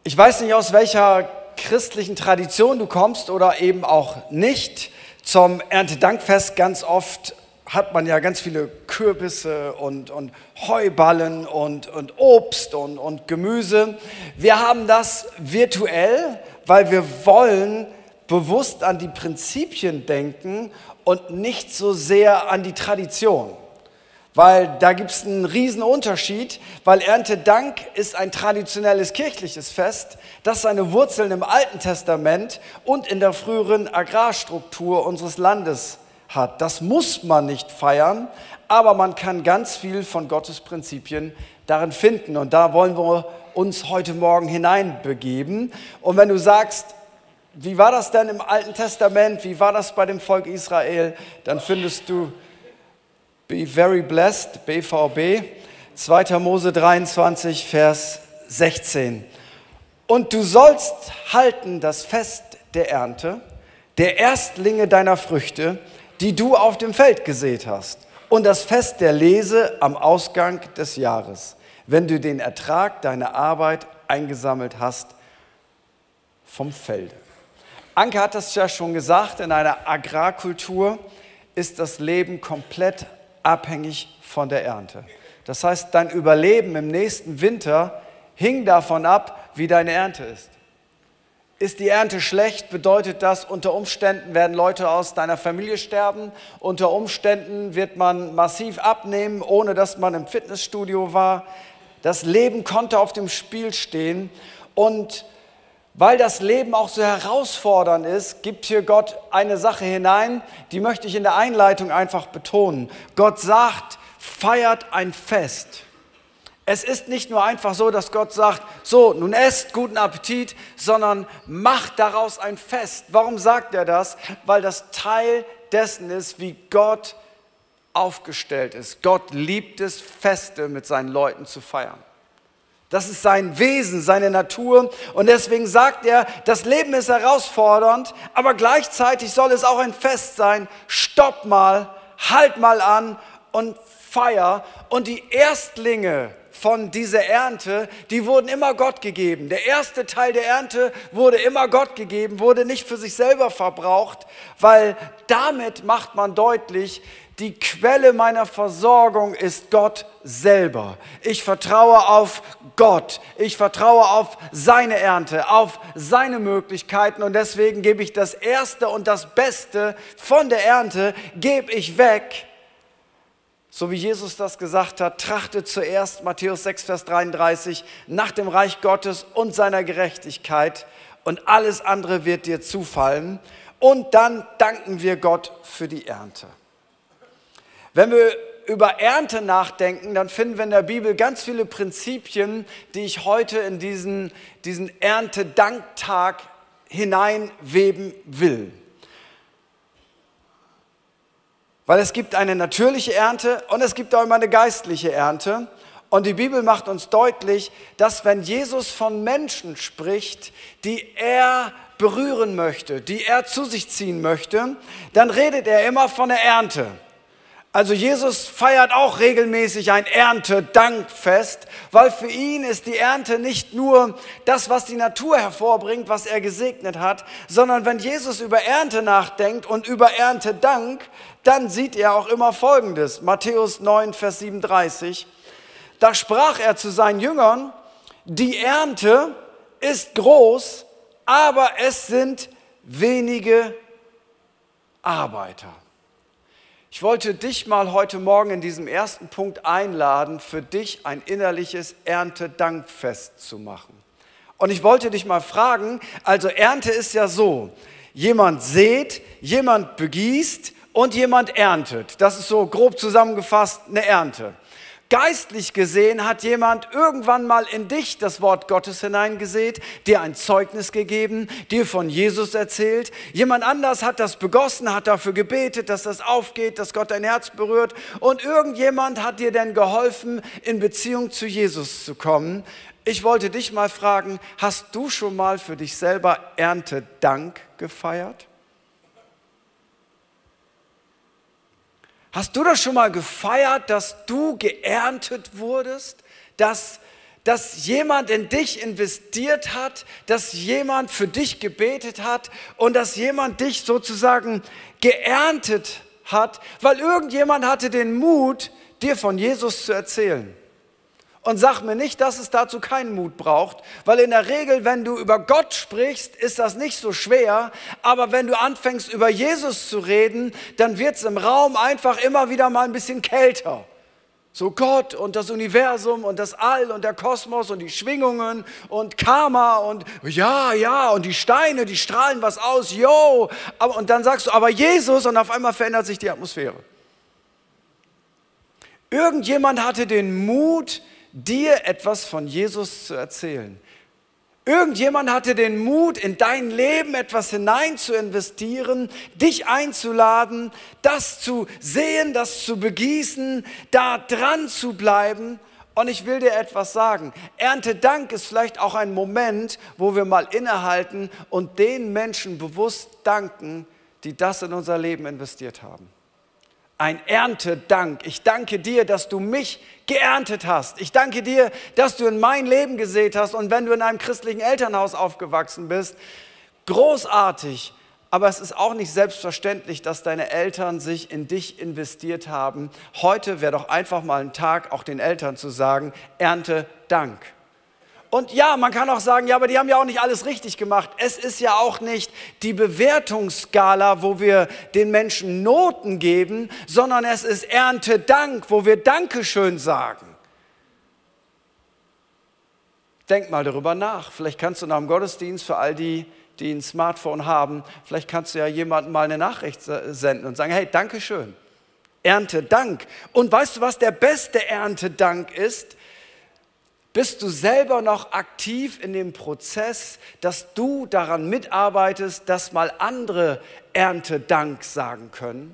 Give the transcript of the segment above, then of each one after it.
Ich weiß nicht, aus welcher christlichen Tradition du kommst oder eben auch nicht. Zum Erntedankfest ganz oft hat man ja ganz viele Kürbisse und Heuballen und Obst und Gemüse. Wir haben das virtuell, weil wir wollen bewusst an die Prinzipien denken und nicht so sehr an die Tradition. Weil da gibt es einen riesen Unterschied, weil Erntedank ist ein traditionelles kirchliches Fest, das seine Wurzeln im Alten Testament und in der früheren Agrarstruktur unseres Landes hat. Das muss man nicht feiern, aber man kann ganz viel von Gottes Prinzipien darin finden. Und da wollen wir uns heute Morgen hineinbegeben. Und wenn du sagst, wie war das denn im Alten Testament, wie war das bei dem Volk Israel, dann findest du Be very blessed, BVB, 2. Mose 23, Vers 16. Und du sollst halten das Fest der Ernte, der Erstlinge deiner Früchte, die du auf dem Feld gesät hast, und das Fest der Lese am Ausgang des Jahres, wenn du den Ertrag deiner Arbeit eingesammelt hast vom Felde. Anke hat das ja schon gesagt, in einer Agrarkultur ist das Leben komplett abhängig von der Ernte. Das heißt, dein Überleben im nächsten Winter hing davon ab, wie deine Ernte ist. Ist die Ernte schlecht, bedeutet das, unter Umständen werden Leute aus deiner Familie sterben, unter Umständen wird man massiv abnehmen, ohne dass man im Fitnessstudio war. Das Leben konnte auf dem Spiel stehen und weil das Leben auch so herausfordernd ist, gibt hier Gott eine Sache hinein, die möchte ich in der Einleitung einfach betonen. Gott sagt, feiert ein Fest. Es ist nicht nur einfach so, dass Gott sagt, so, nun esst, guten Appetit, sondern macht daraus ein Fest. Warum sagt er das? Weil das Teil dessen ist, wie Gott aufgestellt ist. Gott liebt es, Feste mit seinen Leuten zu feiern. Das ist sein Wesen, seine Natur. Und deswegen sagt er, das Leben ist herausfordernd, aber gleichzeitig soll es auch ein Fest sein. Stopp mal, halt mal an und feier. Und die Erstlinge von dieser Ernte, die wurden immer Gott gegeben. Der erste Teil der Ernte wurde immer Gott gegeben, wurde nicht für sich selber verbraucht, weil damit macht man deutlich, die Quelle meiner Versorgung ist Gott selber. Ich vertraue auf Gott. Ich vertraue auf seine Ernte, auf seine Möglichkeiten und deswegen gebe ich das Erste und das Beste von der Ernte, gebe ich weg. So wie Jesus das gesagt hat, trachtet zuerst, Matthäus 6, Vers 33, nach dem Reich Gottes und seiner Gerechtigkeit und alles andere wird dir zufallen. Und dann danken wir Gott für die Ernte. Wenn wir über Ernte nachdenken, dann finden wir in der Bibel ganz viele Prinzipien, die ich heute in diesen Erntedanktag hineinweben will. Weil es gibt eine natürliche Ernte und es gibt auch immer eine geistliche Ernte. Und die Bibel macht uns deutlich, dass wenn Jesus von Menschen spricht, die er berühren möchte, die er zu sich ziehen möchte, dann redet er immer von der Ernte. Also Jesus feiert auch regelmäßig ein Erntedankfest, weil für ihn ist die Ernte nicht nur das, was die Natur hervorbringt, was er gesegnet hat, sondern wenn Jesus über Ernte nachdenkt und über Erntedank, dann sieht er auch immer Folgendes. Matthäus 9, Vers 37, da sprach er zu seinen Jüngern, die Ernte ist groß, aber es sind wenige Arbeiter. Ich wollte dich mal heute Morgen in diesem ersten Punkt einladen, für dich ein innerliches Erntedankfest zu machen. Und ich wollte dich mal fragen, also Ernte ist ja so, jemand sät, jemand begießt und jemand erntet. Das ist so grob zusammengefasst eine Ernte. Geistlich gesehen hat jemand irgendwann mal in dich das Wort Gottes hineingesät, dir ein Zeugnis gegeben, dir von Jesus erzählt. Jemand anders hat das begossen, hat dafür gebetet, dass das aufgeht, dass Gott dein Herz berührt. Und irgendjemand hat dir dann geholfen, in Beziehung zu Jesus zu kommen. Ich wollte dich mal fragen, hast du schon mal für dich selber Erntedank gefeiert? Hast du das schon mal gefeiert, dass du geerntet wurdest, dass dass jemand in dich investiert hat, dass jemand für dich gebetet hat und dass jemand dich sozusagen geerntet hat, weil irgendjemand hatte den Mut, dir von Jesus zu erzählen. Und sag mir nicht, dass es dazu keinen Mut braucht, weil in der Regel, wenn du über Gott sprichst, ist das nicht so schwer, aber wenn du anfängst, über Jesus zu reden, dann wird es im Raum einfach immer wieder mal ein bisschen kälter. So Gott und das Universum und das All und der Kosmos und die Schwingungen und Karma und ja und die Steine, die strahlen was aus, yo. Und dann sagst du, aber Jesus, und auf einmal verändert sich die Atmosphäre. Irgendjemand hatte den Mut, dir etwas von Jesus zu erzählen. Irgendjemand hatte den Mut, in dein Leben etwas hinein zu investieren, dich einzuladen, das zu sehen, das zu begießen, da dran zu bleiben. Und ich will dir etwas sagen. Erntedank ist vielleicht auch ein Moment, wo wir mal innehalten und den Menschen bewusst danken, die das in unser Leben investiert haben. Ein Erntedank. Ich danke dir, dass du mich geerntet hast. Ich danke dir, dass du in mein Leben gesät hast. Und wenn du in einem christlichen Elternhaus aufgewachsen bist, großartig. Aber es ist auch nicht selbstverständlich, dass deine Eltern sich in dich investiert haben. Heute wäre doch einfach mal ein Tag, auch den Eltern zu sagen, Erntedank. Und ja, man kann auch sagen, ja, aber die haben ja auch nicht alles richtig gemacht. Es ist ja auch nicht die Bewertungsskala, wo wir den Menschen Noten geben, sondern es ist Erntedank, wo wir Dankeschön sagen. Denk mal darüber nach. Vielleicht kannst du nach dem Gottesdienst, für all die, die ein Smartphone haben, vielleicht kannst du ja jemandem mal eine Nachricht senden und sagen, hey, Dankeschön. Erntedank. Und weißt du, was der beste Erntedank ist? Bist du selber noch aktiv in dem Prozess, dass du daran mitarbeitest, dass mal andere Erntedank sagen können?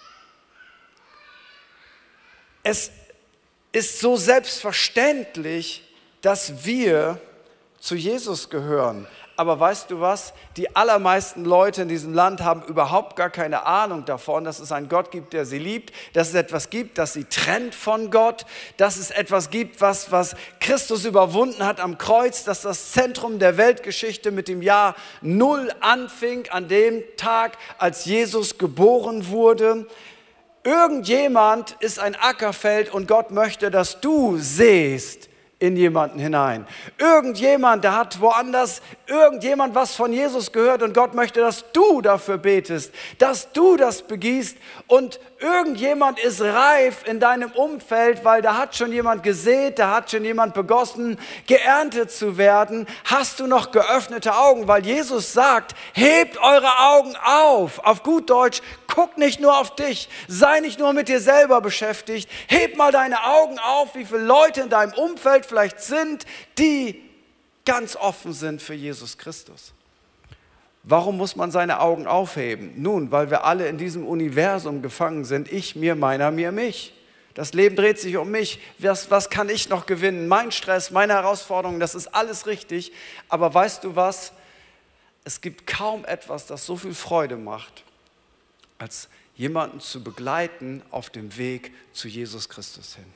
Es ist so selbstverständlich, dass wir zu Jesus gehören. Aber weißt du was? Die allermeisten Leute in diesem Land haben überhaupt gar keine Ahnung davon, dass es einen Gott gibt, der sie liebt, dass es etwas gibt, das sie trennt von Gott, dass es etwas gibt, was Christus überwunden hat am Kreuz, dass das Zentrum der Weltgeschichte mit dem Jahr 0 anfing, an dem Tag, als Jesus geboren wurde. Irgendjemand ist ein Ackerfeld und Gott möchte, dass du sähst in jemanden hinein. Irgendjemand, der hat woanders irgendjemand was von Jesus gehört und Gott möchte, dass du dafür betest, dass du das begießt und irgendjemand ist reif in deinem Umfeld, weil da hat schon jemand gesät, da hat schon jemand begossen, geerntet zu werden. Hast du noch geöffnete Augen? Weil Jesus sagt, hebt eure Augen auf gut Deutsch, guck nicht nur auf dich, sei nicht nur mit dir selber beschäftigt, heb mal deine Augen auf, wie viele Leute in deinem Umfeld vielleicht sind, die ganz offen sind für Jesus Christus. Warum muss man seine Augen aufheben? Nun, weil wir alle in diesem Universum gefangen sind. Ich, mir, meiner, mir, mich. Das Leben dreht sich um mich. Was kann ich noch gewinnen? Mein Stress, meine Herausforderungen, das ist alles richtig. Aber weißt du was? Es gibt kaum etwas, das so viel Freude macht, als jemanden zu begleiten auf dem Weg zu Jesus Christus hin.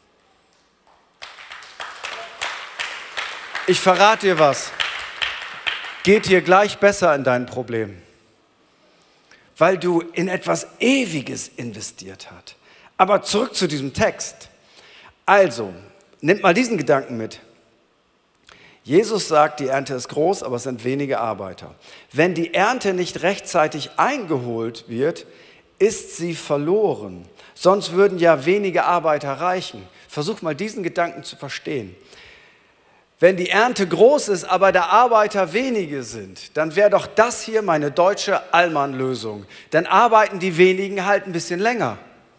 Ich verrate dir was. Geht dir gleich besser in dein Problem, weil du in etwas Ewiges investiert hast. Aber zurück zu diesem Text. Also, nimm mal diesen Gedanken mit. Jesus sagt, die Ernte ist groß, aber es sind wenige Arbeiter. Wenn die Ernte nicht rechtzeitig eingeholt wird, ist sie verloren. Sonst würden ja wenige Arbeiter reichen. Versuch mal diesen Gedanken zu verstehen. Wenn die Ernte groß ist, aber der Arbeiter wenige sind, dann wäre doch das hier meine deutsche Allmann-Lösung. Dann arbeiten die wenigen halt ein bisschen länger.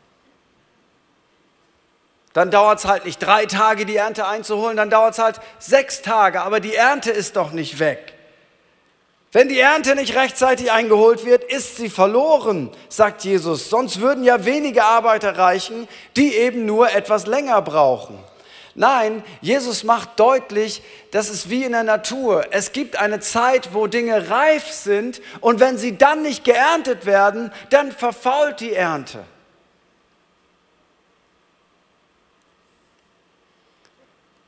Dann dauert es halt nicht 3 Tage, die Ernte einzuholen, dann dauert es halt 6 Tage, aber die Ernte ist doch nicht weg. Wenn die Ernte nicht rechtzeitig eingeholt wird, ist sie verloren, sagt Jesus. Sonst würden ja wenige Arbeiter reichen, die eben nur etwas länger brauchen. Nein, Jesus macht deutlich, das ist wie in der Natur. Es gibt eine Zeit, wo Dinge reif sind und wenn sie dann nicht geerntet werden, dann verfault die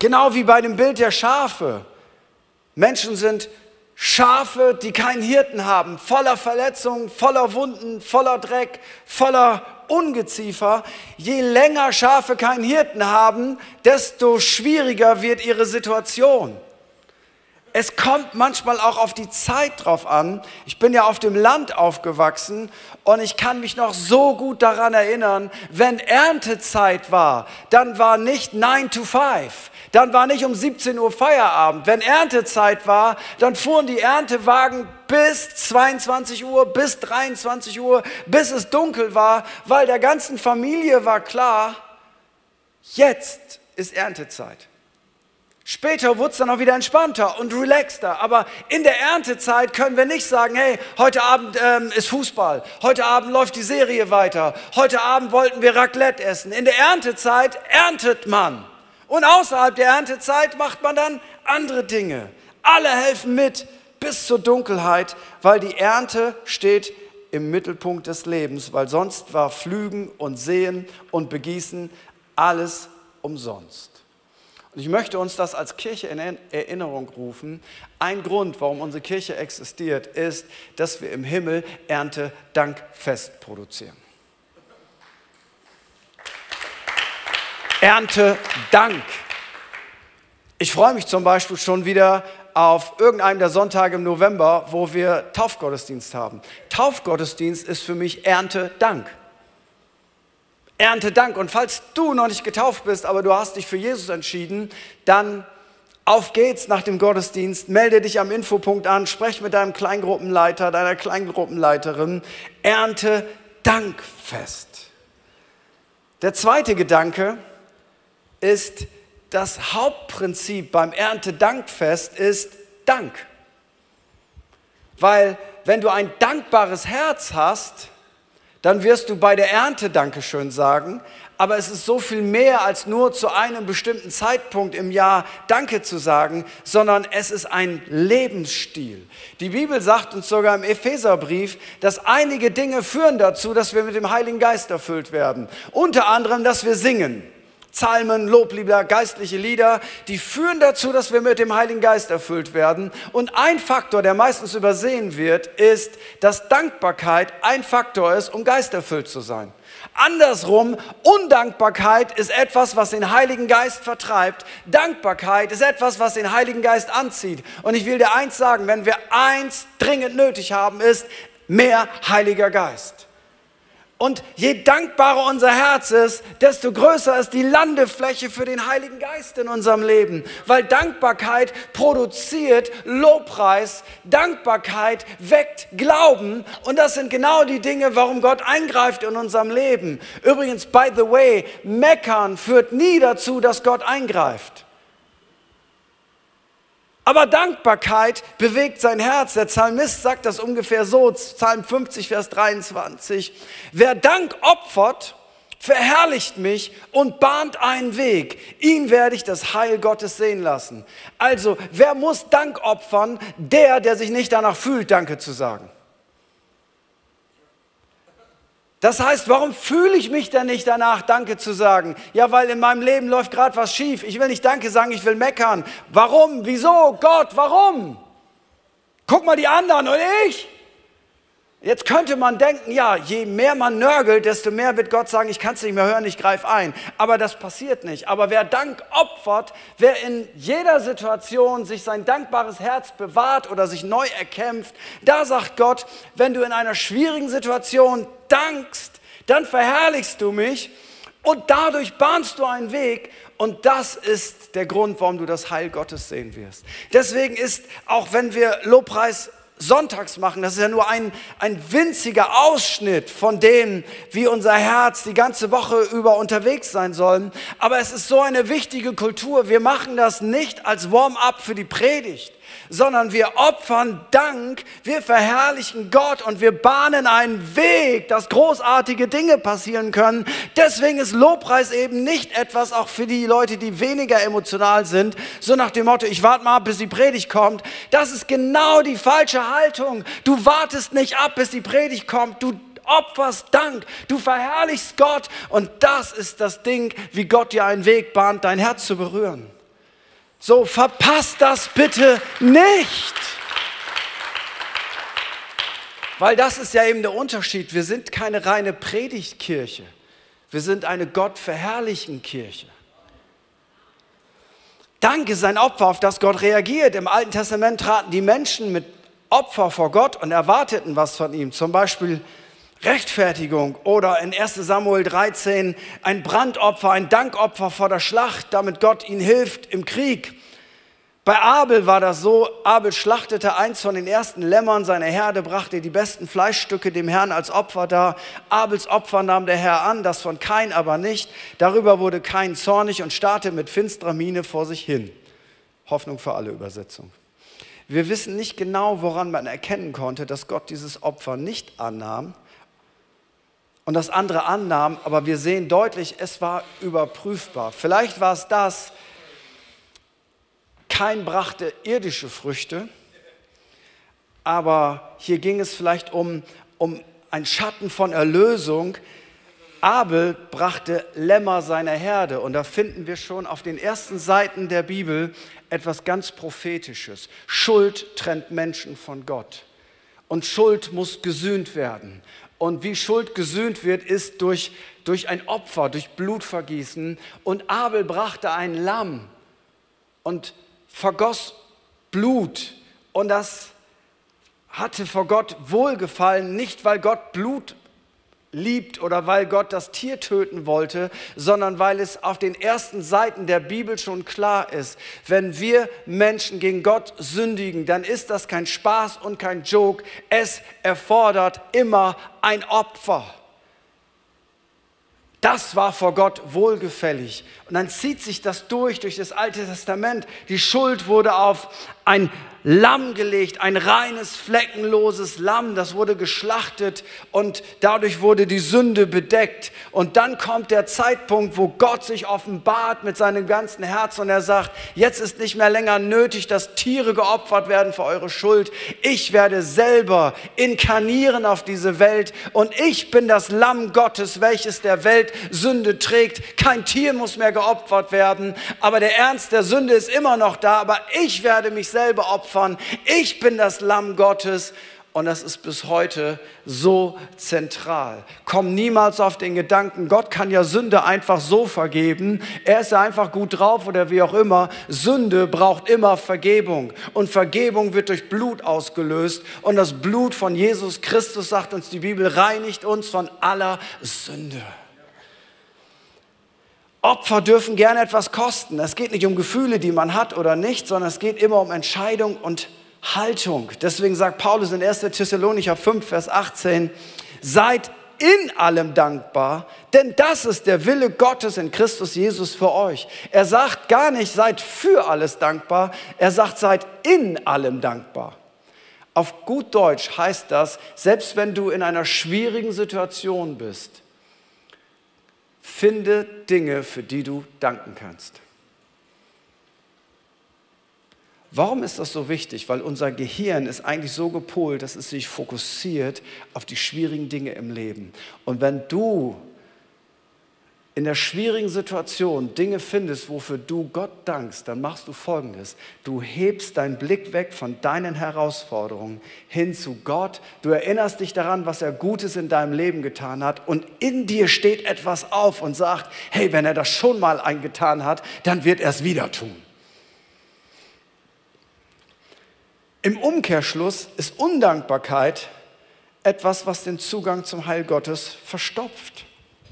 Genau wie bei dem Bild der Schafe. Menschen sind Schafe, die keinen Hirten haben, voller Verletzungen, voller Wunden, voller Dreck, voller Ungeziefer. Je länger Schafe keinen Hirten haben, desto schwieriger wird ihre Situation. Es kommt manchmal auch auf die Zeit drauf an. Ich bin ja auf dem Land aufgewachsen und ich kann mich noch so gut daran erinnern, wenn Erntezeit war, dann war nicht 9 to 5, dann war nicht um 17 Uhr Feierabend. Wenn Erntezeit war, dann fuhren die Erntewagen bis 22 Uhr, bis 23 Uhr, bis es dunkel war, weil der ganzen Familie war klar, jetzt ist Erntezeit. Später wurde es dann auch wieder entspannter und relaxter, aber in der Erntezeit können wir nicht sagen, hey, heute Abend ist Fußball, heute Abend läuft die Serie weiter, heute Abend wollten wir Raclette essen. In der Erntezeit erntet man und außerhalb der Erntezeit macht man dann andere Dinge. Alle helfen mit bis zur Dunkelheit, weil die Ernte steht im Mittelpunkt des Lebens, weil sonst war Pflügen und Säen und Begießen alles umsonst. Und ich möchte uns das als Kirche in Erinnerung rufen. Ein Grund, warum unsere Kirche existiert, ist, dass wir im Himmel Erntedankfest produzieren. Erntedank. Ich freue mich zum Beispiel schon wieder auf irgendeinem der Sonntage im November, wo wir Taufgottesdienst haben. Taufgottesdienst ist für mich Erntedank. Erntedank. Und falls du noch nicht getauft bist, aber du hast dich für Jesus entschieden, dann auf geht's nach dem Gottesdienst, melde dich am Infopunkt an, sprech mit deinem Kleingruppenleiter, deiner Kleingruppenleiterin. Erntedankfest. Der zweite Gedanke ist, das Hauptprinzip beim Erntedankfest ist Dank. Weil wenn du ein dankbares Herz hast, dann wirst du bei der Ernte Dankeschön sagen, aber es ist so viel mehr als nur zu einem bestimmten Zeitpunkt im Jahr Danke zu sagen, sondern es ist ein Lebensstil. Die Bibel sagt uns sogar im Epheserbrief, dass einige Dinge führen dazu, dass wir mit dem Heiligen Geist erfüllt werden. Unter anderem, dass wir singen. Psalmen, Loblieder, geistliche Lieder, die führen dazu, dass wir mit dem Heiligen Geist erfüllt werden. Und ein Faktor, der meistens übersehen wird, ist, dass Dankbarkeit ein Faktor ist, um geisterfüllt zu sein. Andersrum, Undankbarkeit ist etwas, was den Heiligen Geist vertreibt. Dankbarkeit ist etwas, was den Heiligen Geist anzieht. Und ich will dir eins sagen, wenn wir eins dringend nötig haben, ist mehr Heiliger Geist. Und je dankbarer unser Herz ist, desto größer ist die Landefläche für den Heiligen Geist in unserem Leben. Weil Dankbarkeit produziert Lobpreis, Dankbarkeit weckt Glauben. Und das sind genau die Dinge, warum Gott eingreift in unserem Leben. Übrigens, by the way, Meckern führt nie dazu, dass Gott eingreift. Aber Dankbarkeit bewegt sein Herz. Der Psalmist sagt das ungefähr so, Psalm 50, Vers 23. Wer Dank opfert, verherrlicht mich und bahnt einen Weg. Ihn werde ich das Heil Gottes sehen lassen. Also, wer muss Dank opfern? Der sich nicht danach fühlt, Danke zu sagen. Das heißt, warum fühle ich mich denn nicht danach, Danke zu sagen? Ja, weil in meinem Leben läuft gerade was schief. Ich will nicht Danke sagen, ich will meckern. Warum? Wieso? Gott, warum? Guck mal die anderen und ich. Jetzt könnte man denken, ja, je mehr man nörgelt, desto mehr wird Gott sagen, ich kann es nicht mehr hören, ich greife ein. Aber das passiert nicht. Aber wer Dank opfert, wer in jeder Situation sich sein dankbares Herz bewahrt oder sich neu erkämpft, da sagt Gott, wenn du in einer schwierigen Situation dankst, dann verherrlichst du mich und dadurch bahnst du einen Weg. Und das ist der Grund, warum du das Heil Gottes sehen wirst. Deswegen ist, auch wenn wir Lobpreis sonntags machen, das ist ja nur ein winziger Ausschnitt von dem, wie unser Herz die ganze Woche über unterwegs sein soll. Aber es ist so eine wichtige Kultur. Wir machen das nicht als Warm-up für die Predigt, sondern wir opfern Dank, wir verherrlichen Gott und wir bahnen einen Weg, dass großartige Dinge passieren können. Deswegen ist Lobpreis eben nicht etwas, auch für die Leute, die weniger emotional sind, so nach dem Motto, ich warte mal ab, bis die Predigt kommt. Das ist genau die falsche Haltung. Du wartest nicht ab, bis die Predigt kommt, du opferst Dank, du verherrlichst Gott und das ist das Ding, wie Gott dir einen Weg bahnt, dein Herz zu berühren. So, verpasst das bitte nicht. Weil das ist ja eben der Unterschied. Wir sind keine reine Predigtkirche. Wir sind eine gottverherrlichen Kirche. Dank ist ein Opfer, auf das Gott reagiert. Im Alten Testament traten die Menschen mit Opfer vor Gott und erwarteten was von ihm. Zum Beispiel Rechtfertigung oder in 1 Samuel 13 ein Brandopfer, ein Dankopfer vor der Schlacht, damit Gott ihnen hilft im Krieg. Bei Abel war das so, Abel schlachtete eins von den ersten Lämmern seiner Herde, brachte die besten Fleischstücke dem Herrn als Opfer dar. Abels Opfer nahm der Herr an, das von Kain aber nicht. Darüber wurde Kain zornig und starrte mit finsterer Miene vor sich hin. Hoffnung für alle Übersetzung. Wir wissen nicht genau, woran man erkennen konnte, dass Gott dieses Opfer nicht annahm und das andere annahm, aber wir sehen deutlich, es war überprüfbar. Vielleicht war es das, Kain brachte irdische Früchte, aber hier ging es vielleicht um einen Schatten von Erlösung. Abel brachte Lämmer seiner Herde und da finden wir schon auf den ersten Seiten der Bibel etwas ganz Prophetisches. Schuld trennt Menschen von Gott und Schuld muss gesühnt werden. Und wie Schuld gesühnt wird, ist durch ein Opfer, durch Blutvergießen. Und Abel brachte ein Lamm und vergoss Blut. Und das hatte vor Gott Wohlgefallen, nicht weil Gott Blut liebt oder weil Gott das Tier töten wollte, sondern weil es auf den ersten Seiten der Bibel schon klar ist, wenn wir Menschen gegen Gott sündigen, dann ist das kein Spaß und kein Joke. Es erfordert immer ein Opfer. Das war vor Gott wohlgefällig. Und dann zieht sich das durch das Alte Testament. Die Schuld wurde auf ein Lamm gelegt, ein reines, fleckenloses Lamm, das wurde geschlachtet und dadurch wurde die Sünde bedeckt. Und dann kommt der Zeitpunkt, wo Gott sich offenbart mit seinem ganzen Herz und er sagt, jetzt ist nicht mehr länger nötig, dass Tiere geopfert werden für eure Schuld. Ich werde selber inkarnieren auf diese Welt und ich bin das Lamm Gottes, welches der Welt Sünde trägt. Kein Tier muss mehr geopfert werden, aber der Ernst der Sünde ist immer noch da, aber ich werde mich selber opfern. Ich bin das Lamm Gottes und das ist bis heute so zentral. Komm niemals auf den Gedanken, Gott kann ja Sünde einfach so vergeben. Er ist ja einfach gut drauf oder wie auch immer. Sünde braucht immer Vergebung und Vergebung wird durch Blut ausgelöst und das Blut von Jesus Christus, sagt uns die Bibel, reinigt uns von aller Sünde. Opfer dürfen gerne etwas kosten. Es geht nicht um Gefühle, die man hat oder nicht, sondern es geht immer um Entscheidung und Haltung. Deswegen sagt Paulus in 1. Thessalonicher 5, Vers 18, seid in allem dankbar, denn das ist der Wille Gottes in Christus Jesus für euch. Er sagt gar nicht, seid für alles dankbar, er sagt, seid in allem dankbar. Auf gut Deutsch heißt das, selbst wenn du in einer schwierigen Situation bist, finde Dinge, für die du danken kannst. Warum ist das so wichtig? Weil unser Gehirn ist eigentlich so gepolt, dass es sich fokussiert auf die schwierigen Dinge im Leben. Und wenn du in der schwierigen Situation Dinge findest, wofür du Gott dankst, dann machst du Folgendes. Du hebst deinen Blick weg von deinen Herausforderungen hin zu Gott. Du erinnerst dich daran, was er Gutes in deinem Leben getan hat. Und in dir steht etwas auf und sagt, hey, wenn er das schon mal eingetan hat, dann wird er es wieder tun. Im Umkehrschluss ist Undankbarkeit etwas, was den Zugang zum Heil Gottes verstopft.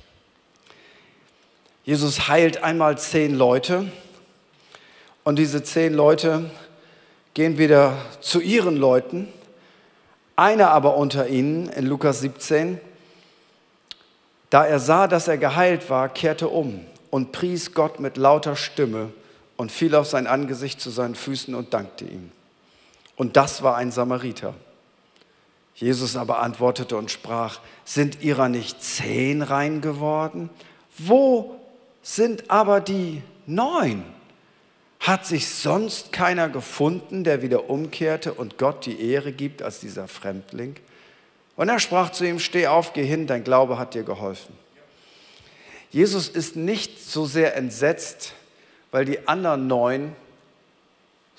Jesus heilt einmal 10 Leute und diese 10 Leute gehen wieder zu ihren Leuten. Einer aber unter ihnen, in Lukas 17, da er sah, dass er geheilt war, kehrte um und pries Gott mit lauter Stimme und fiel auf sein Angesicht zu seinen Füßen und dankte ihm. Und das war ein Samariter. Jesus aber antwortete und sprach, sind ihrer nicht 10 rein geworden? Wo sind aber die 9? Hat sich sonst keiner gefunden, der wieder umkehrte und Gott die Ehre gibt als dieser Fremdling? Und er sprach zu ihm, steh auf, geh hin, dein Glaube hat dir geholfen. Jesus ist nicht so sehr entsetzt, weil die anderen 9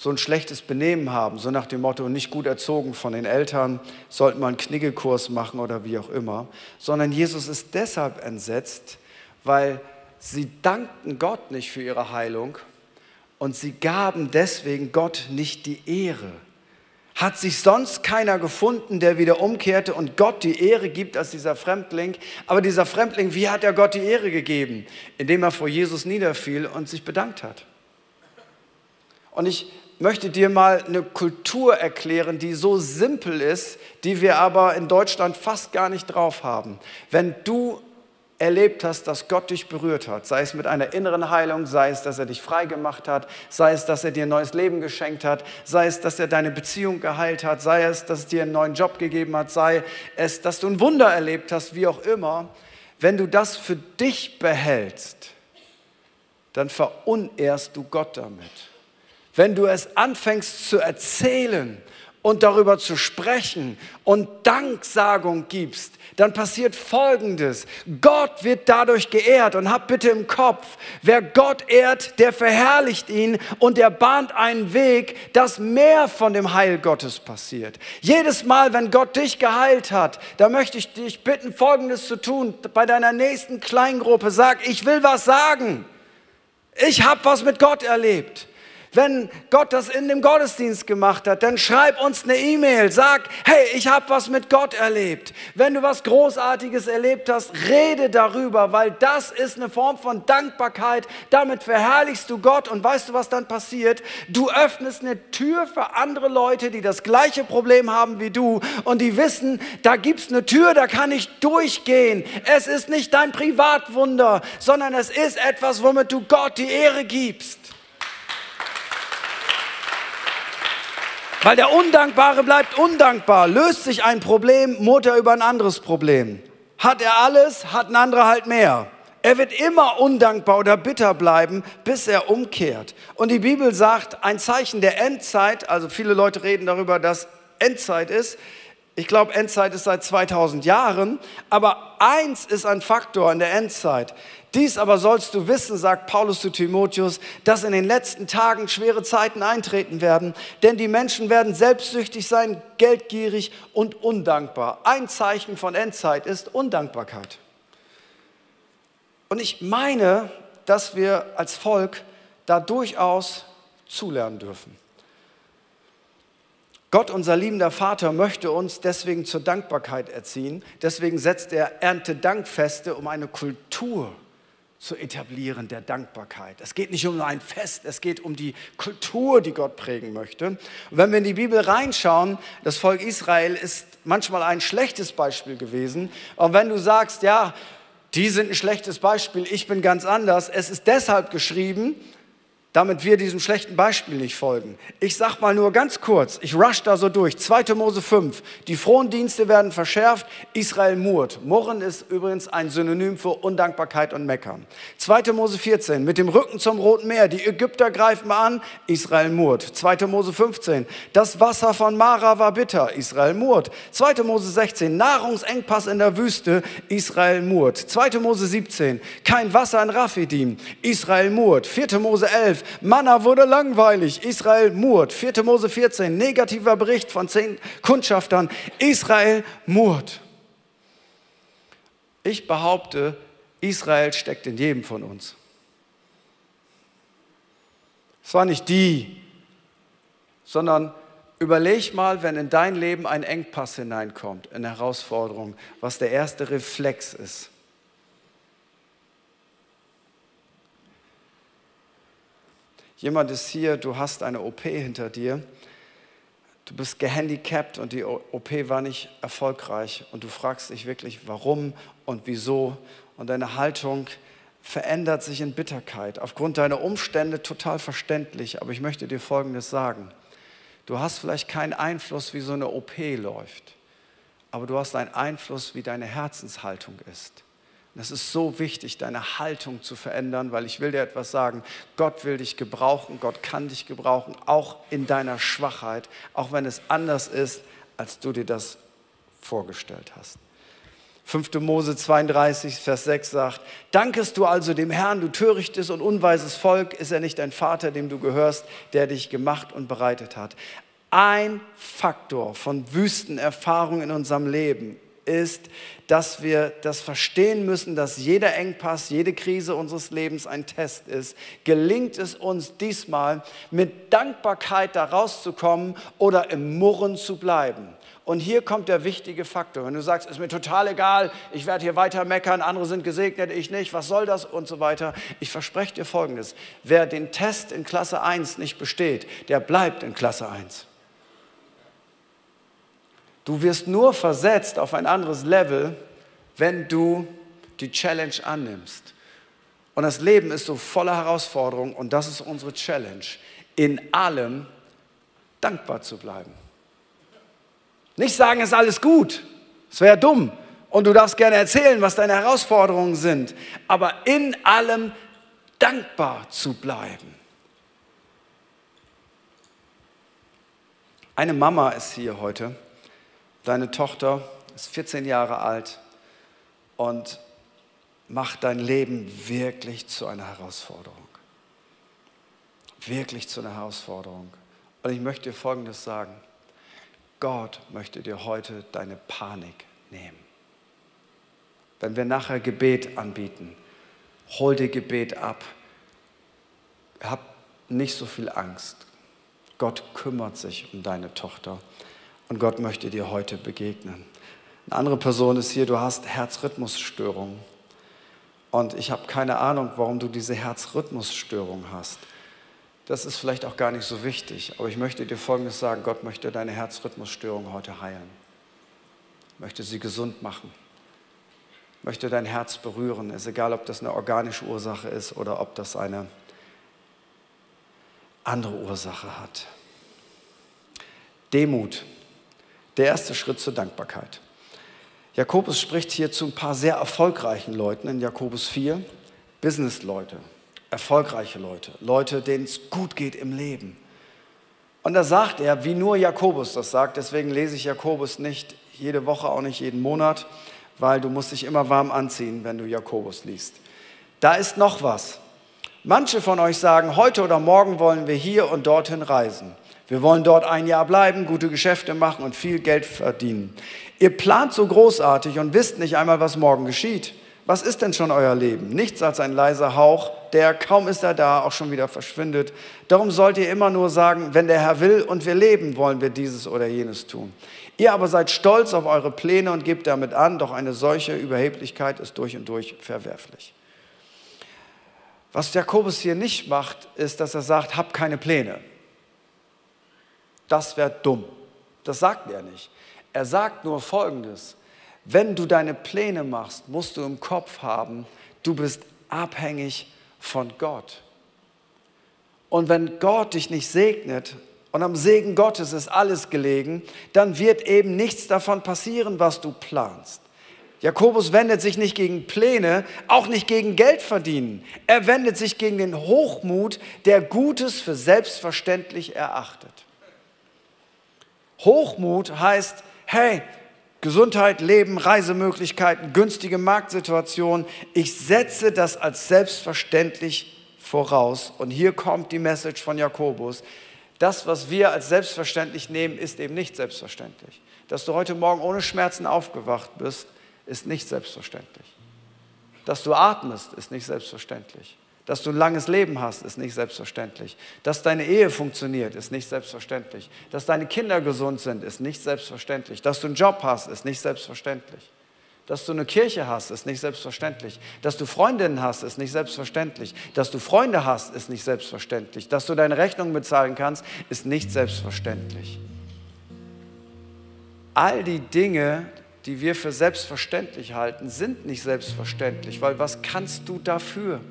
so ein schlechtes Benehmen haben, so nach dem Motto, nicht gut erzogen von den Eltern, sollten mal einen Kniggelkurs machen oder wie auch immer, sondern Jesus ist deshalb entsetzt, weil sie dankten Gott nicht für ihre Heilung und sie gaben deswegen Gott nicht die Ehre. Hat sich sonst keiner gefunden, der wieder umkehrte und Gott die Ehre gibt als dieser Fremdling. Aber dieser Fremdling, wie hat er Gott die Ehre gegeben? Indem er vor Jesus niederfiel und sich bedankt hat. Und ich möchte dir mal eine Kultur erklären, die so simpel ist, die wir aber in Deutschland fast gar nicht drauf haben. Wenn du erlebt hast, dass Gott dich berührt hat, sei es mit einer inneren Heilung, sei es, dass er dich frei gemacht hat, sei es, dass er dir ein neues Leben geschenkt hat, sei es, dass er deine Beziehung geheilt hat, sei es, dass es dir einen neuen Job gegeben hat, sei es, dass du ein Wunder erlebt hast, wie auch immer, wenn du das für dich behältst, dann verunehrst du Gott damit. Wenn du es anfängst zu erzählen und darüber zu sprechen und Danksagung gibst, dann passiert Folgendes. Gott wird dadurch geehrt und hab bitte im Kopf, wer Gott ehrt, der verherrlicht ihn und der bahnt einen Weg, dass mehr von dem Heil Gottes passiert. Jedes Mal, wenn Gott dich geheilt hat, da möchte ich dich bitten, Folgendes zu tun. Bei deiner nächsten Kleingruppe sag, ich will was sagen. Ich habe was mit Gott erlebt. Wenn Gott das in dem Gottesdienst gemacht hat, dann schreib uns eine E-Mail, sag, hey, ich habe was mit Gott erlebt. Wenn du was Großartiges erlebt hast, rede darüber, weil das ist eine Form von Dankbarkeit. Damit verherrlichst du Gott und weißt du, was dann passiert? Du öffnest eine Tür für andere Leute, die das gleiche Problem haben wie du und die wissen, da gibt es eine Tür, da kann ich durchgehen. Es ist nicht dein Privatwunder, sondern es ist etwas, womit du Gott die Ehre gibst. Weil der Undankbare bleibt undankbar. Löst sich ein Problem, murrt er über ein anderes Problem. Hat er alles, hat ein anderer halt mehr. Er wird immer undankbar oder bitter bleiben, bis er umkehrt. Und die Bibel sagt, ein Zeichen der Endzeit, also viele Leute reden darüber, dass Endzeit ist. Ich glaube, Endzeit ist seit 2000 Jahren. Aber eins ist ein Faktor in der Endzeit. Dies aber sollst du wissen, sagt Paulus zu Timotheus, dass in den letzten Tagen schwere Zeiten eintreten werden, denn die Menschen werden selbstsüchtig sein, geldgierig und undankbar. Ein Zeichen von Endzeit ist Undankbarkeit. Und ich meine, dass wir als Volk da durchaus zulernen dürfen. Gott, unser liebender Vater, möchte uns deswegen zur Dankbarkeit erziehen. Deswegen setzt er Erntedankfeste, um eine Kultur zu etablieren der Dankbarkeit. Es geht nicht um ein Fest, es geht um die Kultur, die Gott prägen möchte. Und wenn wir in die Bibel reinschauen, das Volk Israel ist manchmal ein schlechtes Beispiel gewesen. Und wenn du sagst, ja, die sind ein schlechtes Beispiel, ich bin ganz anders, es ist deshalb geschrieben, damit wir diesem schlechten Beispiel nicht folgen. Ich sag mal nur ganz kurz, ich rush da so durch. 2. Mose 5, die Frondienste werden verschärft, Israel murrt. Murren ist übrigens ein Synonym für Undankbarkeit und Meckern. 2. Mose 14, mit dem Rücken zum Roten Meer, die Ägypter greifen an, Israel murrt. 2. Mose 15, das Wasser von Mara war bitter, Israel murrt. 2. Mose 16, Nahrungsengpass in der Wüste, Israel murrt. 2. Mose 17, kein Wasser in Raphidim, Israel murrt. 4. Mose 11, Manna wurde langweilig, Israel murrt. 4. Mose 14, negativer Bericht von 10 Kundschaftern, Israel murrt. Ich behaupte, Israel steckt in jedem von uns. Es war nicht die, sondern überleg mal, wenn in dein Leben ein Engpass hineinkommt, eine Herausforderung, was der erste Reflex ist. Jemand ist hier, du hast eine OP hinter dir, du bist gehandicapt und die OP war nicht erfolgreich und du fragst dich wirklich, warum und wieso und deine Haltung verändert sich in Bitterkeit. Aufgrund deiner Umstände total verständlich, aber ich möchte dir Folgendes sagen. Du hast vielleicht keinen Einfluss, wie so eine OP läuft, aber du hast einen Einfluss, wie deine Herzenshaltung ist. Und es ist so wichtig, deine Haltung zu verändern, weil ich will dir etwas sagen, Gott will dich gebrauchen, Gott kann dich gebrauchen, auch in deiner Schwachheit, auch wenn es anders ist, als du dir das vorgestellt hast. 5. Mose 32, Vers 6 sagt, dankest du also dem Herrn, du törichtes und unweises Volk, ist er nicht dein Vater, dem du gehörst, der dich gemacht und bereitet hat. Ein Faktor von Wüstenerfahrung in unserem Leben ist, dass wir das verstehen müssen, dass jeder Engpass, jede Krise unseres Lebens ein Test ist. Gelingt es uns diesmal, mit Dankbarkeit da rauszukommen oder im Murren zu bleiben? Und hier kommt der wichtige Faktor. Wenn du sagst, ist mir total egal, ich werde hier weiter meckern, andere sind gesegnet, ich nicht, was soll das und so weiter. Ich verspreche dir Folgendes, wer den Test in Klasse 1 nicht besteht, der bleibt in Klasse 1. Du wirst nur versetzt auf ein anderes Level, wenn du die Challenge annimmst. Und das Leben ist so voller Herausforderungen und das ist unsere Challenge, in allem dankbar zu bleiben. Nicht sagen, es ist alles gut, das wäre dumm. Und du darfst gerne erzählen, was deine Herausforderungen sind, aber in allem dankbar zu bleiben. Eine Mama ist hier heute. Deine Tochter ist 14 Jahre alt und macht dein Leben wirklich zu einer Herausforderung. Wirklich zu einer Herausforderung. Und ich möchte dir Folgendes sagen. Gott möchte dir heute deine Panik nehmen. Wenn wir nachher Gebet anbieten, hol dir Gebet ab. Hab nicht so viel Angst. Gott kümmert sich um deine Tochter. Und Gott möchte dir heute begegnen. Eine andere Person ist hier, du hast Herzrhythmusstörungen. Und ich habe keine Ahnung, warum du diese Herzrhythmusstörung hast. Das ist vielleicht auch gar nicht so wichtig. Aber ich möchte dir Folgendes sagen, Gott möchte deine Herzrhythmusstörung heute heilen. Möchte sie gesund machen. Möchte dein Herz berühren. Ist egal, ob das eine organische Ursache ist oder ob das eine andere Ursache hat. Demut. Der erste Schritt zur Dankbarkeit. Jakobus spricht hier zu ein paar sehr erfolgreichen Leuten in Jakobus 4. Businessleute, erfolgreiche Leute, Leute, denen es gut geht im Leben. Und da sagt er, wie nur Jakobus das sagt, deswegen lese ich Jakobus nicht jede Woche, auch nicht jeden Monat, weil du musst dich immer warm anziehen, wenn du Jakobus liest. Da ist noch was. Manche von euch sagen, heute oder morgen wollen wir hier und dorthin reisen. Wir wollen dort ein Jahr bleiben, gute Geschäfte machen und viel Geld verdienen. Ihr plant so großartig und wisst nicht einmal, was morgen geschieht. Was ist denn schon euer Leben? Nichts als ein leiser Hauch, der, kaum ist er da, auch schon wieder verschwindet. Darum sollt ihr immer nur sagen, wenn der Herr will und wir leben, wollen wir dieses oder jenes tun. Ihr aber seid stolz auf eure Pläne und gebt damit an, doch eine solche Überheblichkeit ist durch und durch verwerflich. Was Jakobus hier nicht macht, ist, dass er sagt, hab keine Pläne. Das wäre dumm. Das sagt er nicht. Er sagt nur Folgendes. Wenn du deine Pläne machst, musst du im Kopf haben, du bist abhängig von Gott. Und wenn Gott dich nicht segnet, und am Segen Gottes ist alles gelegen, dann wird eben nichts davon passieren, was du planst. Jakobus wendet sich nicht gegen Pläne, auch nicht gegen Geld verdienen. Er wendet sich gegen den Hochmut, der Gutes für selbstverständlich erachtet. Hochmut heißt, hey, Gesundheit, Leben, Reisemöglichkeiten, günstige Marktsituationen. Ich setze das als selbstverständlich voraus. Und hier kommt die Message von Jakobus. Das, was wir als selbstverständlich nehmen, ist eben nicht selbstverständlich. Dass du heute Morgen ohne Schmerzen aufgewacht bist, ist nicht selbstverständlich. Dass du atmest, ist nicht selbstverständlich. Dass du ein langes Leben hast, ist nicht selbstverständlich. Dass deine Ehe funktioniert, ist nicht selbstverständlich. Dass deine Kinder gesund sind, ist nicht selbstverständlich. Dass du einen Job hast, ist nicht selbstverständlich. Dass du eine Kirche hast, ist nicht selbstverständlich. Dass du Freundinnen hast, ist nicht selbstverständlich. Dass du Freunde hast, ist nicht selbstverständlich. Dass du deine Rechnungen bezahlen kannst, ist nicht selbstverständlich. All die Dinge, die wir für selbstverständlich halten, sind nicht selbstverständlich, weil was kannst du dafür?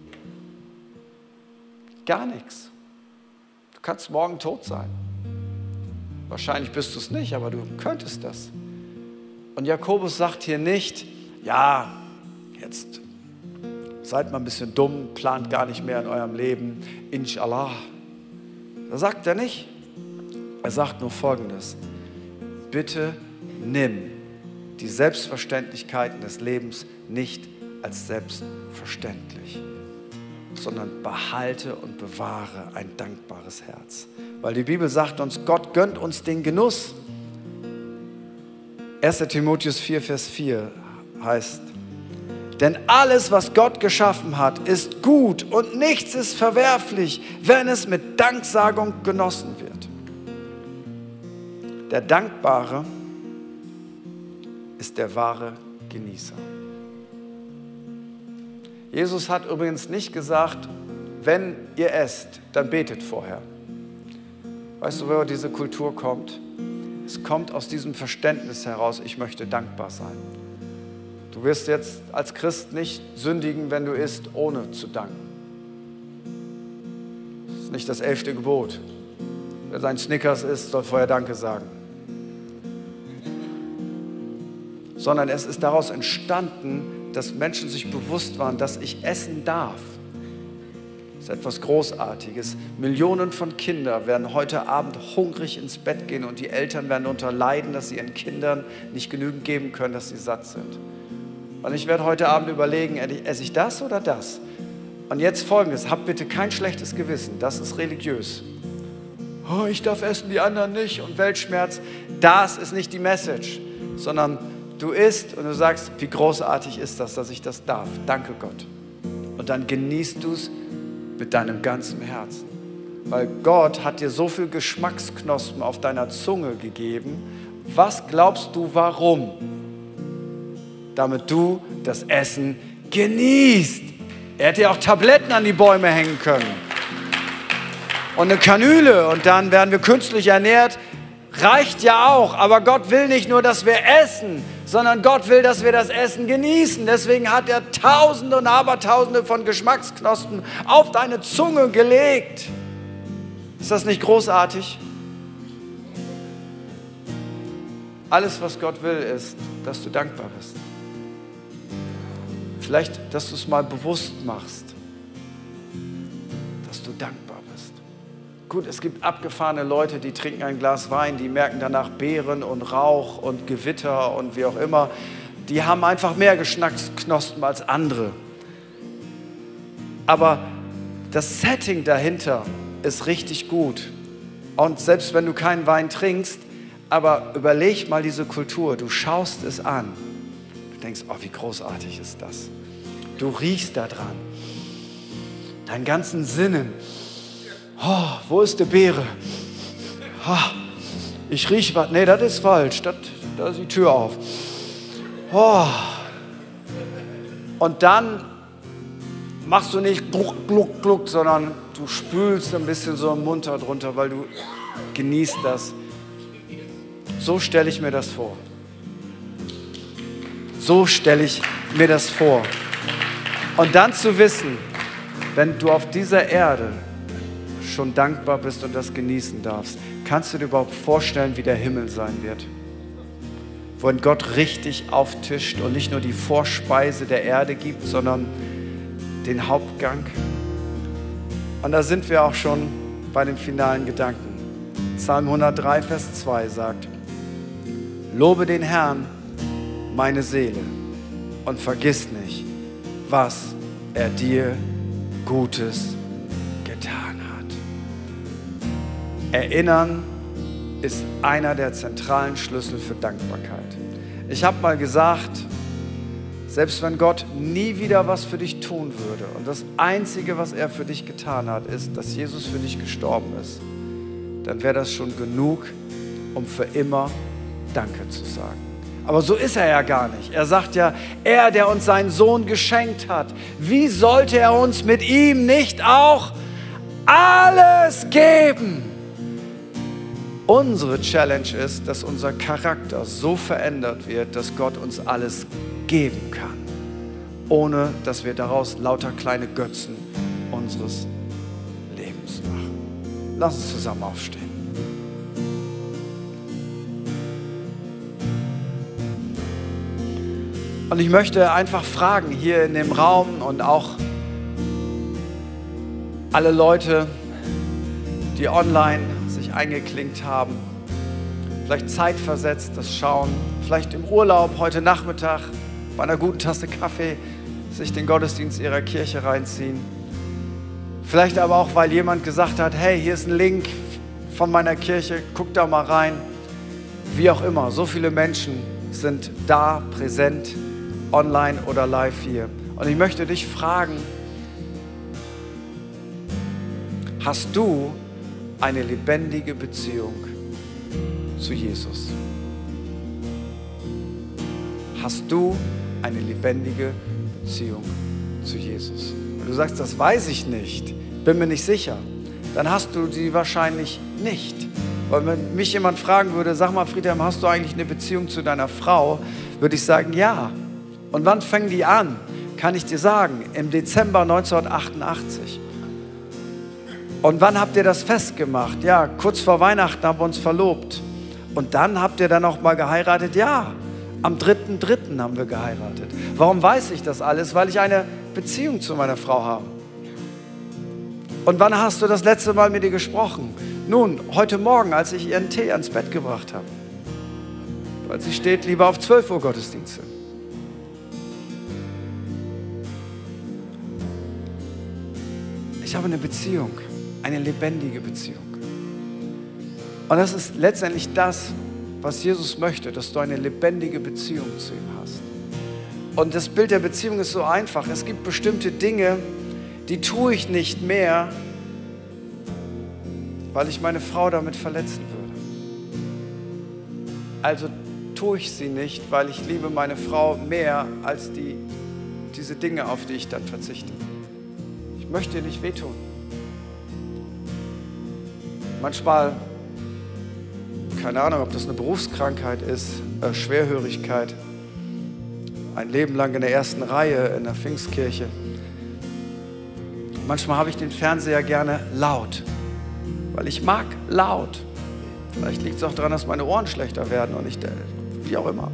Gar nichts. Du kannst morgen tot sein. Wahrscheinlich bist du es nicht, aber du könntest das. Und Jakobus sagt hier nicht, ja, jetzt seid mal ein bisschen dumm, plant gar nicht mehr in eurem Leben, inshallah. Das sagt er nicht. Er sagt nur Folgendes, bitte nimm die Selbstverständlichkeiten des Lebens nicht als selbstverständlich, sondern behalte und bewahre ein dankbares Herz. Weil die Bibel sagt uns, Gott gönnt uns den Genuss. 1. Timotheus 4, Vers 4 heißt, denn alles, was Gott geschaffen hat, ist gut und nichts ist verwerflich, wenn es mit Danksagung genossen wird. Der Dankbare ist der wahre Genießer. Jesus hat übrigens nicht gesagt, wenn ihr esst, dann betet vorher. Weißt du, woher diese Kultur kommt? Es kommt aus diesem Verständnis heraus, ich möchte dankbar sein. Du wirst jetzt als Christ nicht sündigen, wenn du isst, ohne zu danken. Das ist nicht das 11. Gebot. Wer sein Snickers isst, soll vorher Danke sagen. Sondern es ist daraus entstanden, dass Menschen sich bewusst waren, dass ich essen darf. Das ist etwas Großartiges. Millionen von Kindern werden heute Abend hungrig ins Bett gehen und die Eltern werden darunter leiden, dass sie ihren Kindern nicht genügend geben können, dass sie satt sind. Und ich werde heute Abend überlegen, esse ich das oder das? Und jetzt Folgendes, hab bitte kein schlechtes Gewissen, das ist religiös. Oh, ich darf essen, die anderen nicht und Weltschmerz. Das ist nicht die Message, sondern du isst und du sagst, wie großartig ist das, dass ich das darf. Danke Gott. Und dann genießt du es mit deinem ganzen Herzen. Weil Gott hat dir so viel Geschmacksknospen auf deiner Zunge gegeben. Was glaubst du, warum? Damit du das Essen genießt. Er hätte ja auch Tabletten an die Bäume hängen können. Und eine Kanüle und dann werden wir künstlich ernährt. Reicht ja auch, aber Gott will nicht nur, dass wir essen, sondern Gott will, dass wir das Essen genießen. Deswegen hat er Tausende und Abertausende von Geschmacksknospen auf deine Zunge gelegt. Ist das nicht großartig? Alles, was Gott will, ist, dass du dankbar bist. Vielleicht, dass du es mal bewusst machst, dass du dankbar bist. Gut, es gibt abgefahrene Leute, die trinken ein Glas Wein, die merken danach Beeren und Rauch und Gewitter und wie auch immer. Die haben einfach mehr Geschmacksknospen als andere. Aber das Setting dahinter ist richtig gut. Und selbst wenn du keinen Wein trinkst, aber überleg mal diese Kultur, du schaust es an. Du denkst, oh, wie großartig ist das. Du riechst da dran. Deinen ganzen Sinnen. Oh, wo ist die Beere? Oh, ich rieche was. Nee, das ist falsch. Da ist die Tür auf. Oh. Und dann machst du nicht gluck, gluck, gluck, sondern du spülst ein bisschen so im Mund drunter, weil du genießt das. So stelle ich mir das vor. So stelle ich mir das vor. Und dann zu wissen, wenn du auf dieser Erde schon dankbar bist und das genießen darfst, kannst du dir überhaupt vorstellen, wie der Himmel sein wird? Wenn Gott richtig auftischt und nicht nur die Vorspeise der Erde gibt, sondern den Hauptgang. Und da sind wir auch schon bei den finalen Gedanken. Psalm 103, Vers 2 sagt, lobe den Herrn, meine Seele, und vergiss nicht, was er dir Gutes getan hat. Erinnern ist einer der zentralen Schlüssel für Dankbarkeit. Ich habe mal gesagt, selbst wenn Gott nie wieder was für dich tun würde und das Einzige, was er für dich getan hat, ist, dass Jesus für dich gestorben ist, dann wäre das schon genug, um für immer Danke zu sagen. Aber so ist er ja gar nicht. Er sagt ja, er, der uns seinen Sohn geschenkt hat, wie sollte er uns mit ihm nicht auch alles geben? Unsere Challenge ist, dass unser Charakter so verändert wird, dass Gott uns alles geben kann, ohne dass wir daraus lauter kleine Götzen unseres Lebens machen. Lass uns zusammen aufstehen. Und ich möchte einfach fragen hier in dem Raum und auch alle Leute, die online sich eingeklinkt haben, vielleicht zeitversetzt das schauen, vielleicht im Urlaub heute Nachmittag bei einer guten Tasse Kaffee sich den Gottesdienst ihrer Kirche reinziehen. Vielleicht aber auch, weil jemand gesagt hat, hey, hier ist ein Link von meiner Kirche, guck da mal rein. Wie auch immer, so viele Menschen sind da präsent, online oder live hier. Und ich möchte dich fragen, hast du eine lebendige Beziehung zu Jesus? Hast du eine lebendige Beziehung zu Jesus? Wenn du sagst, das weiß ich nicht, bin mir nicht sicher, dann hast du die wahrscheinlich nicht. Weil wenn mich jemand fragen würde, sag mal Friedhelm, hast du eigentlich eine Beziehung zu deiner Frau? Würde ich sagen, ja. Und wann fängt die an? Kann ich dir sagen, im Dezember 1988. Und wann habt ihr das festgemacht? Ja, kurz vor Weihnachten haben wir uns verlobt. Und dann habt ihr dann auch mal geheiratet? Ja, am 3.3. haben wir geheiratet. Warum weiß ich das alles? Weil ich eine Beziehung zu meiner Frau habe. Und wann hast du das letzte Mal mit ihr gesprochen? Nun, heute Morgen, als ich ihren Tee ans Bett gebracht habe. Weil sie steht lieber auf 12 Uhr Gottesdienste. Ich habe eine Beziehung, eine lebendige Beziehung. Und das ist letztendlich das, was Jesus möchte, dass du eine lebendige Beziehung zu ihm hast. Und das Bild der Beziehung ist so einfach. Es gibt bestimmte Dinge, die tue ich nicht mehr, weil ich meine Frau damit verletzen würde. Also tue ich sie nicht, weil ich liebe meine Frau mehr als diese Dinge, auf die ich dann verzichte. Ich möchte ihr nicht wehtun. Manchmal, keine Ahnung, ob das eine Berufskrankheit ist, Schwerhörigkeit, ein Leben lang in der ersten Reihe in der Pfingstkirche. Manchmal habe ich den Fernseher gerne laut, weil ich mag laut. Vielleicht liegt es auch daran, dass meine Ohren schlechter werden und ich, wie auch immer.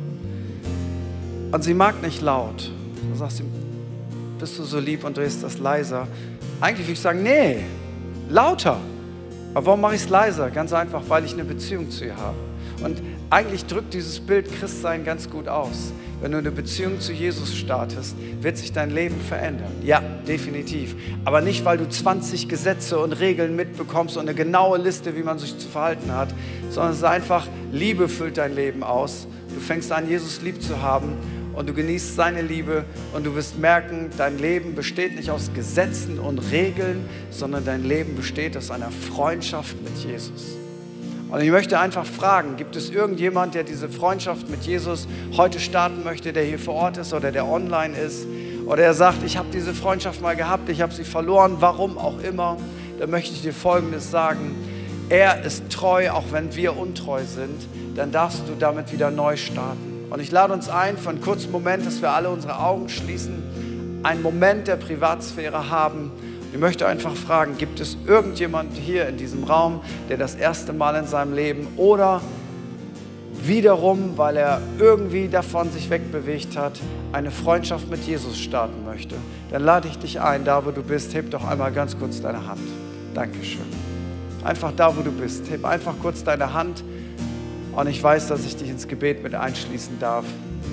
Und sie mag nicht laut. Da sagt sie, bist du so lieb und drehst das leiser. Eigentlich würde ich sagen, nee, lauter. Aber warum mache ich es leiser? Ganz einfach, weil ich eine Beziehung zu ihr habe. Und eigentlich drückt dieses Bild Christsein ganz gut aus. Wenn du eine Beziehung zu Jesus startest, wird sich dein Leben verändern. Ja, definitiv. Aber nicht, weil du 20 Gesetze und Regeln mitbekommst und eine genaue Liste, wie man sich zu verhalten hat, sondern es ist einfach, Liebe füllt dein Leben aus. Du fängst an, Jesus lieb zu haben und du genießt seine Liebe und du wirst merken, dein Leben besteht nicht aus Gesetzen und Regeln, sondern dein Leben besteht aus einer Freundschaft mit Jesus. Und ich möchte einfach fragen, gibt es irgendjemand, der diese Freundschaft mit Jesus heute starten möchte, der hier vor Ort ist oder der online ist? Oder der sagt, ich habe diese Freundschaft mal gehabt, ich habe sie verloren, warum auch immer. Dann möchte ich dir Folgendes sagen. Er ist treu, auch wenn wir untreu sind. Dann darfst du damit wieder neu starten. Und ich lade uns ein, für einen kurzen Moment, dass wir alle unsere Augen schließen, einen Moment der Privatsphäre haben. Ich möchte einfach fragen, gibt es irgendjemand hier in diesem Raum, der das erste Mal in seinem Leben oder wiederum, weil er irgendwie davon sich wegbewegt hat, eine Freundschaft mit Jesus starten möchte? Dann lade ich dich ein, da wo du bist, heb doch einmal ganz kurz deine Hand. Dankeschön. Einfach da, wo du bist, heb einfach kurz deine Hand und ich weiß, dass ich dich ins Gebet mit einschließen darf,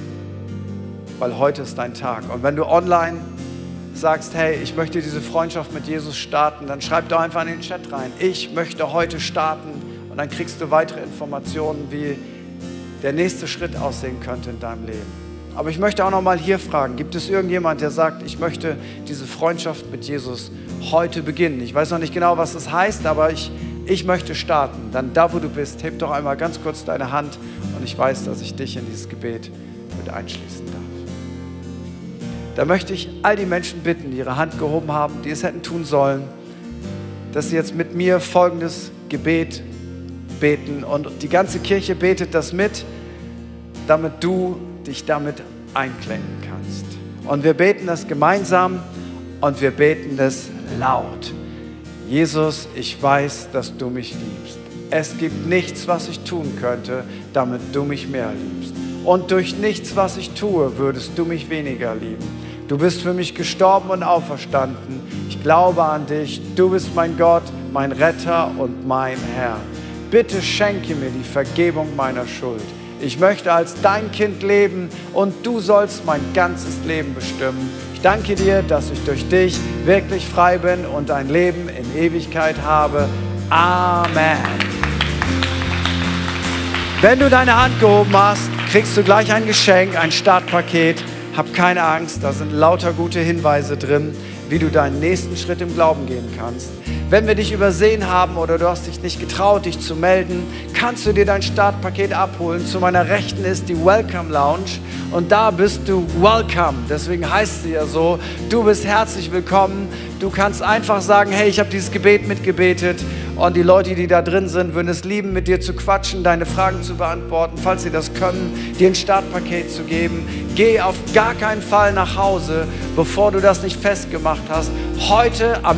weil heute ist dein Tag. Und wenn du online sagst, hey, ich möchte diese Freundschaft mit Jesus starten, dann schreib doch einfach in den Chat rein, ich möchte heute starten und dann kriegst du weitere Informationen, wie der nächste Schritt aussehen könnte in deinem Leben. Aber ich möchte auch noch mal hier fragen, gibt es irgendjemand, der sagt, ich möchte diese Freundschaft mit Jesus heute beginnen? Ich weiß noch nicht genau, was das heißt, aber ich möchte starten. Dann da, wo du bist, heb doch einmal ganz kurz deine Hand und ich weiß, dass ich dich in dieses Gebet mit einschließen darf. Da möchte ich all die Menschen bitten, die ihre Hand gehoben haben, die es hätten tun sollen, dass sie jetzt mit mir folgendes Gebet beten. Und die ganze Kirche betet das mit, damit du dich damit einklinken kannst. Und wir beten das gemeinsam und wir beten das laut. Jesus, ich weiß, dass du mich liebst. Es gibt nichts, was ich tun könnte, damit du mich mehr liebst. Und durch nichts, was ich tue, würdest du mich weniger lieben. Du bist für mich gestorben und auferstanden. Ich glaube an dich. Du bist mein Gott, mein Retter und mein Herr. bitte schenke mir die Vergebung meiner Schuld. Ich möchte als dein Kind leben und du sollst mein ganzes Leben bestimmen. Ich danke dir, dass ich durch dich wirklich frei bin und ein Leben in Ewigkeit habe. Amen. Wenn du deine Hand gehoben hast, kriegst du gleich ein Geschenk, ein Startpaket. Hab keine Angst, da sind lauter gute Hinweise drin, wie du deinen nächsten Schritt im Glauben gehen kannst. Wenn wir dich übersehen haben oder du hast dich nicht getraut, dich zu melden, kannst du dir dein Startpaket abholen. Zu meiner Rechten ist die Welcome Lounge und da bist du welcome. Deswegen heißt sie ja so, du bist herzlich willkommen. Du kannst einfach sagen, hey, ich habe dieses Gebet mitgebetet und die Leute, die da drin sind, würden es lieben, mit dir zu quatschen, deine Fragen zu beantworten, falls sie das können, dir ein Startpaket zu geben. Geh auf gar keinen Fall nach Hause, bevor du das nicht festgemacht hast. Heute am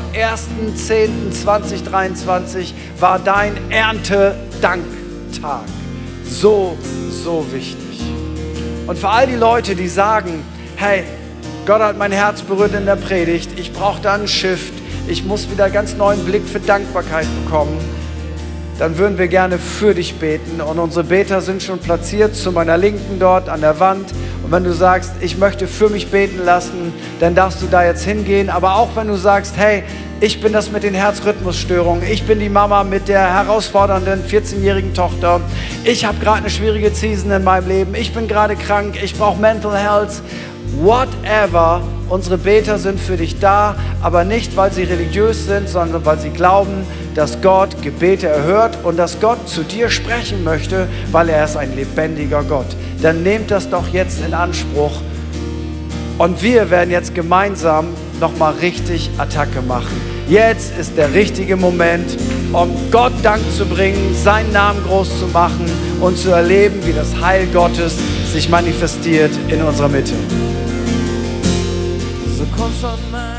1.10.2023 war dein Erntedanktag. So wichtig. Und für all die Leute, die sagen, hey, Gott hat mein Herz berührt in der Predigt, ich brauche da einen Shift, ich muss wieder einen ganz neuen Blick für Dankbarkeit bekommen, dann würden wir gerne für dich beten. Und unsere Beter sind schon platziert zu meiner Linken dort an der Wand. Und wenn du sagst, ich möchte für mich beten lassen, dann darfst du da jetzt hingehen. Aber auch wenn du sagst, hey, ich bin das mit den Herzrhythmusstörungen, ich bin die Mama mit der herausfordernden 14-jährigen Tochter, ich habe gerade eine schwierige Season in meinem Leben, ich bin gerade krank, ich brauche Mental Health, whatever, unsere Beter sind für dich da, aber nicht, weil sie religiös sind, sondern weil sie glauben, dass Gott Gebete erhört und dass Gott zu dir sprechen möchte, weil er ist ein lebendiger Gott. Dann nehmt das doch jetzt in Anspruch und wir werden jetzt gemeinsam nochmal richtig Attacke machen. Jetzt ist der richtige Moment, um Gott Dank zu bringen, seinen Namen groß zu machen und zu erleben, wie das Heil Gottes sich manifestiert in unserer Mitte. So komm schon mal.